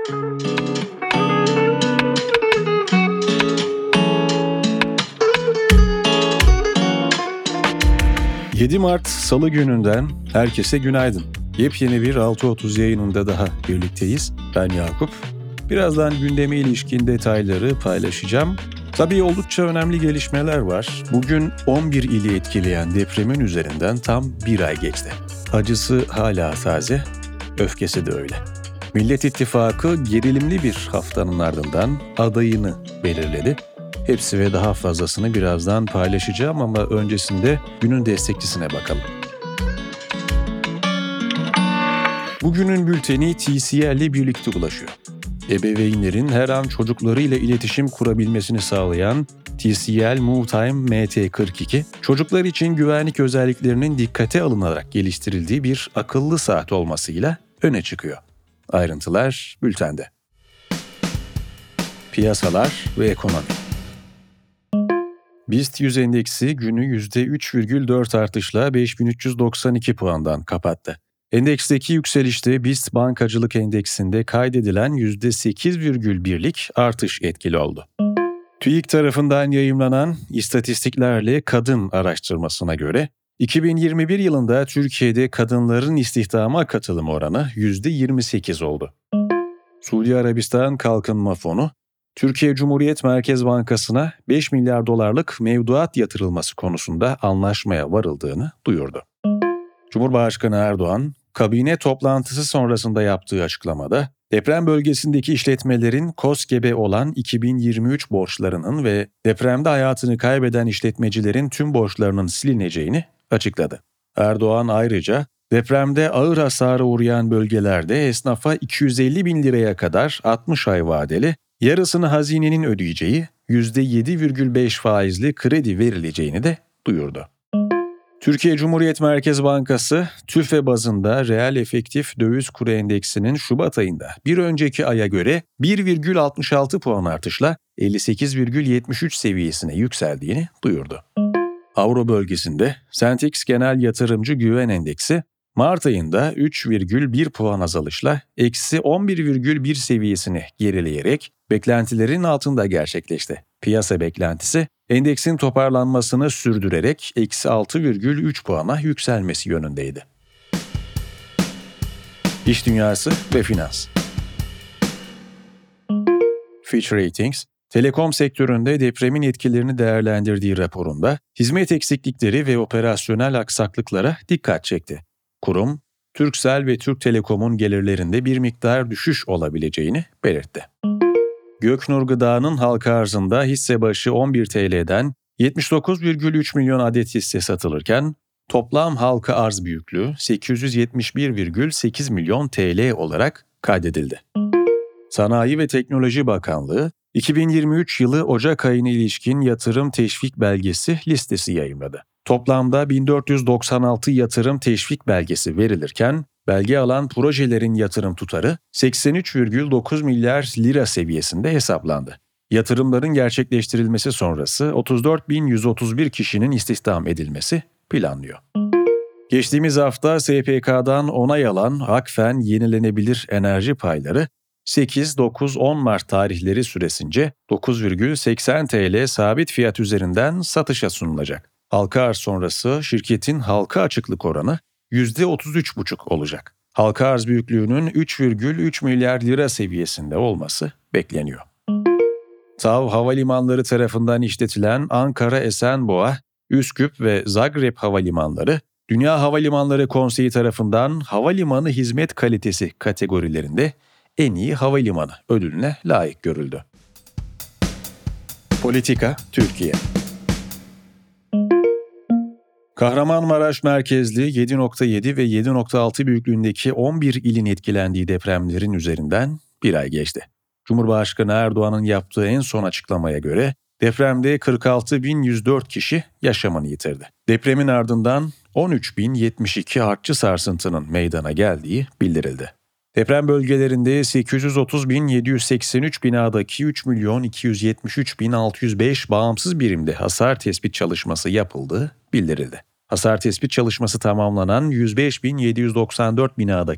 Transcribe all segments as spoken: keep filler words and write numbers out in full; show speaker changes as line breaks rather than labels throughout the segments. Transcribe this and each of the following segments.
yedi Mart Salı gününden herkese günaydın. Yepyeni bir altı otuz yayınında daha birlikteyiz. Ben Yakup. Birazdan gündeme ilişkin detayları paylaşacağım. Tabii oldukça önemli gelişmeler var. Bugün on bir ili etkileyen depremin üzerinden tam bir ay geçti. Acısı hala taze, öfkesi de öyle. Millet İttifakı gerilimli bir haftanın ardından adayını belirledi. Hepsi ve daha fazlasını birazdan paylaşacağım ama öncesinde günün destekçisine bakalım. Bugünün bülteni T C L ile birlikte ulaşıyor. Ebeveynlerin her an çocuklarıyla iletişim kurabilmesini sağlayan T C L MoveTime M T kırk iki, çocuklar için güvenlik özelliklerinin dikkate alınarak geliştirildiği bir akıllı saat olmasıyla öne çıkıyor. Ayrıntılar bültende. Piyasalar ve ekonomi. BIST yüz endeksi günü yüzde üç virgül dört artışla beş bin üç yüz doksan iki puandan kapattı. Endeksteki yükselişte BIST Bankacılık Endeksinde kaydedilen yüzde sekiz virgül birlik artış etkili oldu. TÜİK tarafından yayımlanan İstatistiklerle Kadın araştırmasına göre iki bin yirmi bir yılında Türkiye'de kadınların istihdama katılım oranı yüzde yirmi sekiz oldu. Suudi Arabistan Kalkınma Fonu, Türkiye Cumhuriyet Merkez Bankası'na beş milyar dolarlık mevduat yatırılması konusunda anlaşmaya varıldığını duyurdu. Cumhurbaşkanı Erdoğan, kabine toplantısı sonrasında yaptığı açıklamada, deprem bölgesindeki işletmelerin KOSGEB'e olan iki bin yirmi üç borçlarının ve depremde hayatını kaybeden işletmecilerin tüm borçlarının silineceğini açıkladı. Erdoğan ayrıca, depremde ağır hasara uğrayan bölgelerde esnafa iki yüz elli bin liraya kadar altmış ay vadeli, yarısını hazinenin ödeyeceği yüzde yedi virgül beş faizli kredi verileceğini de duyurdu. Türkiye Cumhuriyet Merkez Bankası, TÜFE bazında reel efektif döviz kuru endeksinin Şubat ayında bir önceki aya göre bir virgül altmış altı puan artışla elli sekiz virgül yetmiş üç seviyesine yükseldiğini duyurdu. Avro bölgesinde Sentex Genel Yatırımcı Güven Endeksi, Mart ayında üç virgül bir puan azalışla eksi on bir virgül bir seviyesine gerileyerek beklentilerin altında gerçekleşti. Piyasa beklentisi, endeksin toparlanmasını sürdürerek eksi altı virgül üç puana yükselmesi yönündeydi. İş dünyası ve finans. Fitch Ratings, telekom sektöründe depremin etkilerini değerlendirdiği raporunda hizmet eksiklikleri ve operasyonel aksaklıklara dikkat çekti. Kurum, Turkcell ve Türk Telekom'un gelirlerinde bir miktar düşüş olabileceğini belirtti. Göknur Gıda'nın halka arzında hisse başı on bir T L'den yetmiş dokuz virgül üç milyon adet hisse satılırken, toplam halka arz büyüklüğü sekiz yüz yetmiş bir virgül sekiz milyon T L olarak kaydedildi. Sanayi ve Teknoloji Bakanlığı, iki bin yirmi üç yılı Ocak ayına ilişkin yatırım teşvik belgesi listesi yayımladı. Toplamda bin dört yüz doksan altı yatırım teşvik belgesi verilirken, belge alan projelerin yatırım tutarı seksen üç virgül dokuz milyar lira seviyesinde hesaplandı. Yatırımların gerçekleştirilmesi sonrası otuz dört bin yüz otuz bir kişinin istihdam edilmesi planlıyor. Geçtiğimiz hafta S P K'dan onay alan Akfen Yenilenebilir Enerji Payları, sekiz, dokuz, on Mart tarihleri süresince dokuz virgül seksen T L sabit fiyat üzerinden satışa sunulacak. Halka arz sonrası şirketin halka açıklık oranı yüzde otuz üç virgül beş olacak. Halka arz büyüklüğünün üç virgül üç milyar lira seviyesinde olması bekleniyor. TAV Havalimanları tarafından işletilen Ankara Esenboğa, Üsküp ve Zagreb havalimanları, Dünya Havalimanları Konseyi tarafından havalimanı hizmet kalitesi kategorilerinde en iyi havalimanı ödülüne layık görüldü. Politika Türkiye. Kahramanmaraş merkezli yedi virgül yedi ve yedi virgül altı büyüklüğündeki on bir ilin etkilendiği depremlerin üzerinden bir ay geçti. Cumhurbaşkanı Erdoğan'ın yaptığı en son açıklamaya göre depremde kırk altı bin yüz dört kişi yaşamını yitirdi. Depremin ardından on üç bin yetmiş iki artçı sarsıntının meydana geldiği bildirildi. Deprem bölgelerinde sekiz yüz otuz bin yedi yüz seksen üç binadaki üç milyon iki yüz yetmiş üç bin altı yüz beş bağımsız birimde hasar tespit çalışması yapıldığı bildirildi. Hasar tespit çalışması tamamlanan yüz beş bin yedi yüz doksan dört binadaki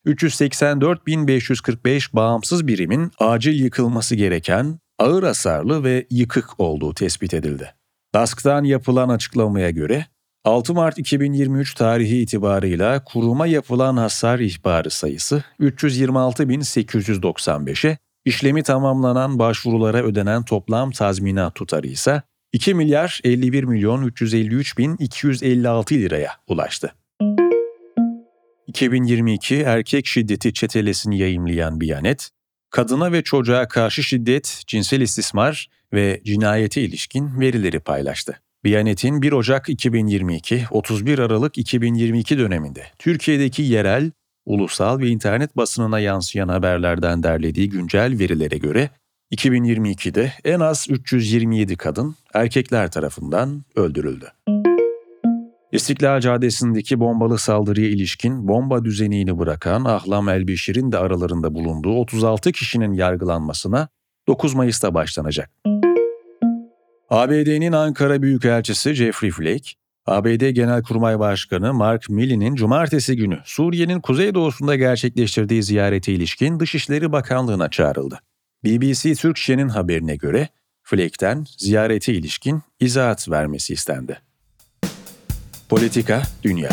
üç yüz seksen dört bin beş yüz kırk beş bağımsız birimin acil yıkılması gereken, ağır hasarlı ve yıkık olduğu tespit edildi. D A S K'tan yapılan açıklamaya göre, altı Mart iki bin yirmi üç tarihi itibarıyla kuruma yapılan hasar ihbarı sayısı üç yüz yirmi altı bin sekiz yüz doksan beşe, işlemi tamamlanan başvurulara ödenen toplam tazminat tutarı ise iki milyar elli bir milyon üç yüz elli üç bin iki yüz elli altı liraya ulaştı. iki bin yirmi iki erkek şiddeti çetelesini yayımlayan Biyanet, kadına ve çocuğa karşı şiddet, cinsel istismar ve cinayete ilişkin verileri paylaştı. Biyanet'in bir Ocak iki bin yirmi iki - otuz bir Aralık iki bin yirmi iki döneminde Türkiye'deki yerel, ulusal ve internet basınına yansıyan haberlerden derlediği güncel verilere göre iki bin yirmi ikide en az üç yüz yirmi yedi kadın erkekler tarafından öldürüldü. İstiklal Caddesi'ndeki bombalı saldırıya ilişkin bomba düzenini bırakan Ahlam Elbeşir'in de aralarında bulunduğu otuz altı kişinin yargılanmasına dokuz Mayıs'ta başlanacak. A B D'nin Ankara Büyükelçisi Jeffrey Flake, A B D Genelkurmay Başkanı Mark Milley'nin cumartesi günü Suriye'nin kuzeydoğusunda gerçekleştirdiği ziyarete ilişkin Dışişleri Bakanlığı'na çağrıldı. B B C Türkçe'nin haberine göre Flake'ten ziyarete ilişkin izahat vermesi istendi. Politika, Dünya.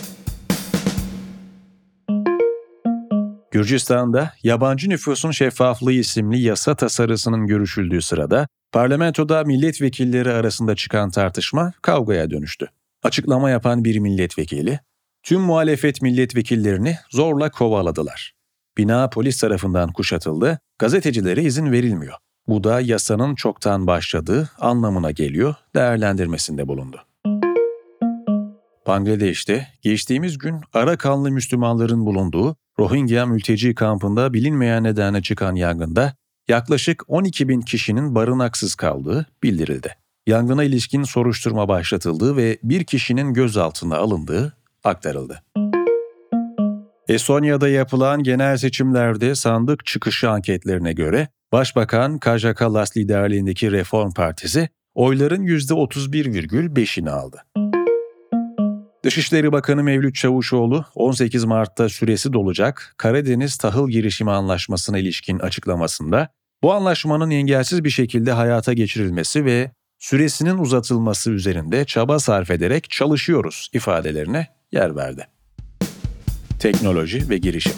Gürcistan'da yabancı nüfusun şeffaflığı isimli yasa tasarısının görüşüldüğü sırada parlamentoda milletvekilleri arasında çıkan tartışma kavgaya dönüştü. Açıklama yapan bir milletvekili, tüm muhalefet milletvekillerini zorla kovaladılar. Bina polis tarafından kuşatıldı, gazetecilere izin verilmiyor. Bu da yasanın çoktan başladığı anlamına geliyor değerlendirmesinde bulundu. Bangladeş'te geçtiğimiz gün Arakanlı Müslümanların bulunduğu Rohingya mülteci kampında bilinmeyen nedenle çıkan yangında yaklaşık on iki bin kişinin barınaksız kaldığı bildirildi. Yangına ilişkin soruşturma başlatıldığı ve bir kişinin gözaltına alındığı aktarıldı. Estonya'da yapılan genel seçimlerde sandık çıkışı anketlerine göre Başbakan Kaja Kallas liderliğindeki Reform Partisi oyların yüzde otuz bir virgül beşini aldı. Dışişleri Bakanı Mevlüt Çavuşoğlu, on sekiz Mart'ta süresi dolacak Karadeniz Tahıl Girişimi Anlaşması'na ilişkin açıklamasında, bu anlaşmanın engelsiz bir şekilde hayata geçirilmesi ve süresinin uzatılması üzerinde çaba sarf ederek çalışıyoruz ifadelerine yer verdi. Teknoloji ve girişim.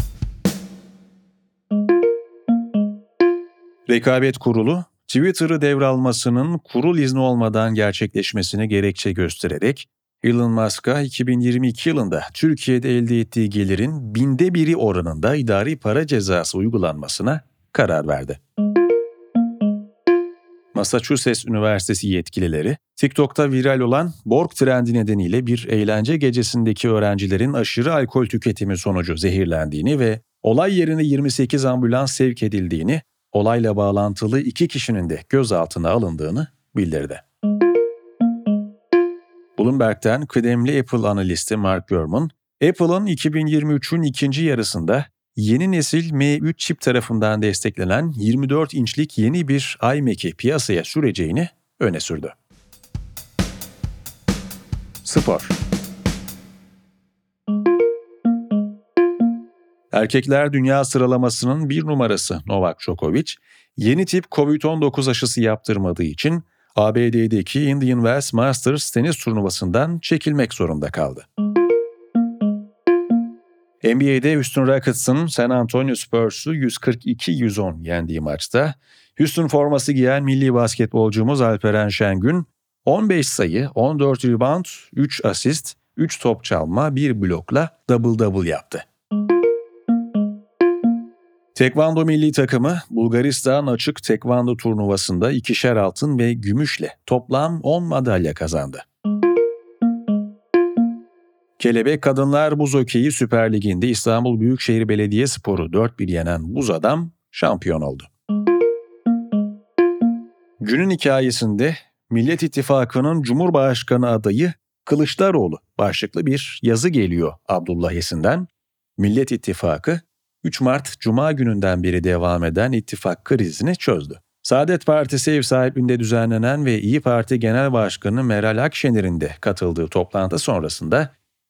Rekabet Kurulu, Twitter'ı devralmasının kurul izni olmadan gerçekleşmesini gerekçe göstererek, Elon Musk'a iki bin yirmi iki yılında Türkiye'de elde ettiği gelirin binde biri oranında idari para cezası uygulanmasına karar verdi. Massachusetts Üniversitesi yetkilileri, TikTok'ta viral olan Borg trendi nedeniyle bir eğlence gecesindeki öğrencilerin aşırı alkol tüketimi sonucu zehirlendiğini ve olay yerine yirmi sekiz ambulans sevk edildiğini, olayla bağlantılı iki kişinin de gözaltına alındığını bildirdi. Bloomberg'ten kıdemli Apple analisti Mark Gurman, Apple'ın iki bin yirmi üçün ikinci yarısında yeni nesil M üç çip tarafından desteklenen yirmi dört inçlik yeni bir iMac'i piyasaya süreceğini öne sürdü. Spor. Erkekler dünya sıralamasının bir numarası Novak Djokovic, yeni tip kovid on dokuz aşısı yaptırmadığı için A B D'deki Indian Wells Masters tenis turnuvasından çekilmek zorunda kaldı. N B A'de Houston Rockets'ın San Antonio Spurs'u yüz kırk iki yüz on yendiği maçta Houston forması giyen milli basketbolcumuz Alperen Şengün on beş sayı, on dört rebound, üç asist, üç top çalma, bir blokla double-double yaptı. Tekvando milli takımı Bulgaristan Açık Tekvando turnuvasında ikişer altın ve gümüşle toplam on madalya kazandı. Kelebek Kadınlar Buz Hokeyi Süper Ligi'nde İstanbul Büyükşehir Belediyespor'u dört bir yenen Buz Adam şampiyon oldu. Günün hikayesinde Millet İttifakı'nın Cumhurbaşkanı adayı Kılıçdaroğlu başlıklı bir yazı geliyor Abdullah Esin'den. Millet İttifakı üç Mart Cuma gününden beri devam eden ittifak krizini çözdü. Saadet Partisi ev sahipliğinde düzenlenen ve İyi Parti Genel Başkanı Meral Akşener'in de katıldığı toplantı sonrasında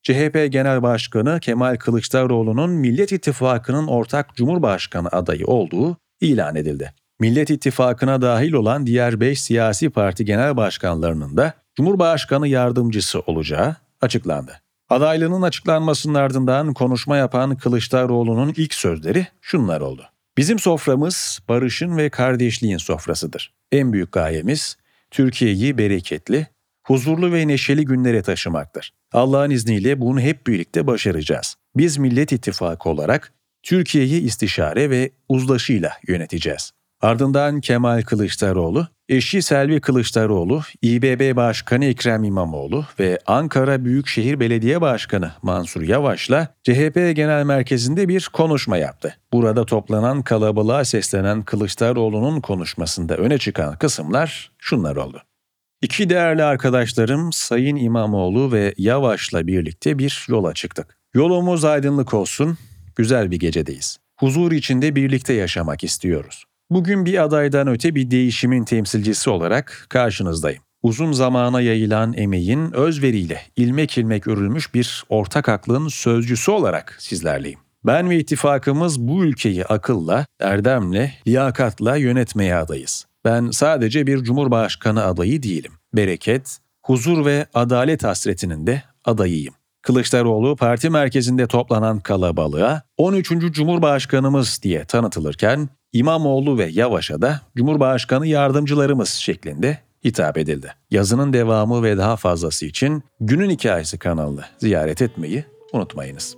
C H P Genel Başkanı Kemal Kılıçdaroğlu'nun Millet İttifakı'nın ortak Cumhurbaşkanı adayı olduğu ilan edildi. Millet İttifakı'na dahil olan diğer beş siyasi parti genel başkanlarının da Cumhurbaşkanı yardımcısı olacağı açıklandı. Adaylığının açıklanmasının ardından konuşma yapan Kılıçdaroğlu'nun ilk sözleri şunlar oldu. Bizim soframız barışın ve kardeşliğin sofrasıdır. En büyük gayemiz Türkiye'yi bereketli, huzurlu ve neşeli günlere taşımaktır. Allah'ın izniyle bunu hep birlikte başaracağız. Biz Millet İttifakı olarak Türkiye'yi istişare ve uzlaşıyla yöneteceğiz. Ardından Kemal Kılıçdaroğlu, eşi Selvi Kılıçdaroğlu, İBB Başkanı Ekrem İmamoğlu ve Ankara Büyükşehir Belediye Başkanı Mansur Yavaş'la C H P Genel Merkezi'nde bir konuşma yaptı. Burada toplanan kalabalığa seslenen Kılıçdaroğlu'nun konuşmasında öne çıkan kısımlar şunlar oldu. İki değerli arkadaşlarım Sayın İmamoğlu ve Yavaş'la birlikte bir yola çıktık. Yolumuz aydınlık olsun, güzel bir gecedeyiz. Huzur içinde birlikte yaşamak istiyoruz. Bugün bir adaydan öte bir değişimin temsilcisi olarak karşınızdayım. Uzun zamana yayılan emeğin özveriyle ilmek ilmek örülmüş bir ortak aklın sözcüsü olarak sizlerleyim. Ben ve ittifakımız bu ülkeyi akılla, erdemle, liyakatla yönetmeye adayız. Ben sadece bir cumhurbaşkanı adayı değilim. Bereket, huzur ve adalet hasretinin de adayıyım. Kılıçdaroğlu parti merkezinde toplanan kalabalığa on üçüncü Cumhurbaşkanımız diye tanıtılırken İmamoğlu ve Yavaş'a da Cumhurbaşkanı yardımcılarımız şeklinde hitap edildi. Yazının devamı ve daha fazlası için Günün Hikayesi kanalını ziyaret etmeyi unutmayınız.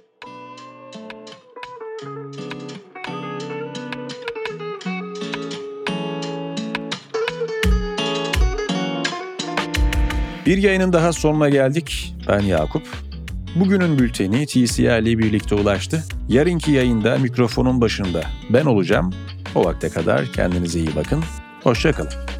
Bir yayının daha sonuna geldik. Ben Yakup. Bugünün bülteni T C R ile birlikte ulaştı. Yarınki yayında mikrofonun başında ben olacağım. O vakte kadar kendinize iyi bakın. Hoşça kalın.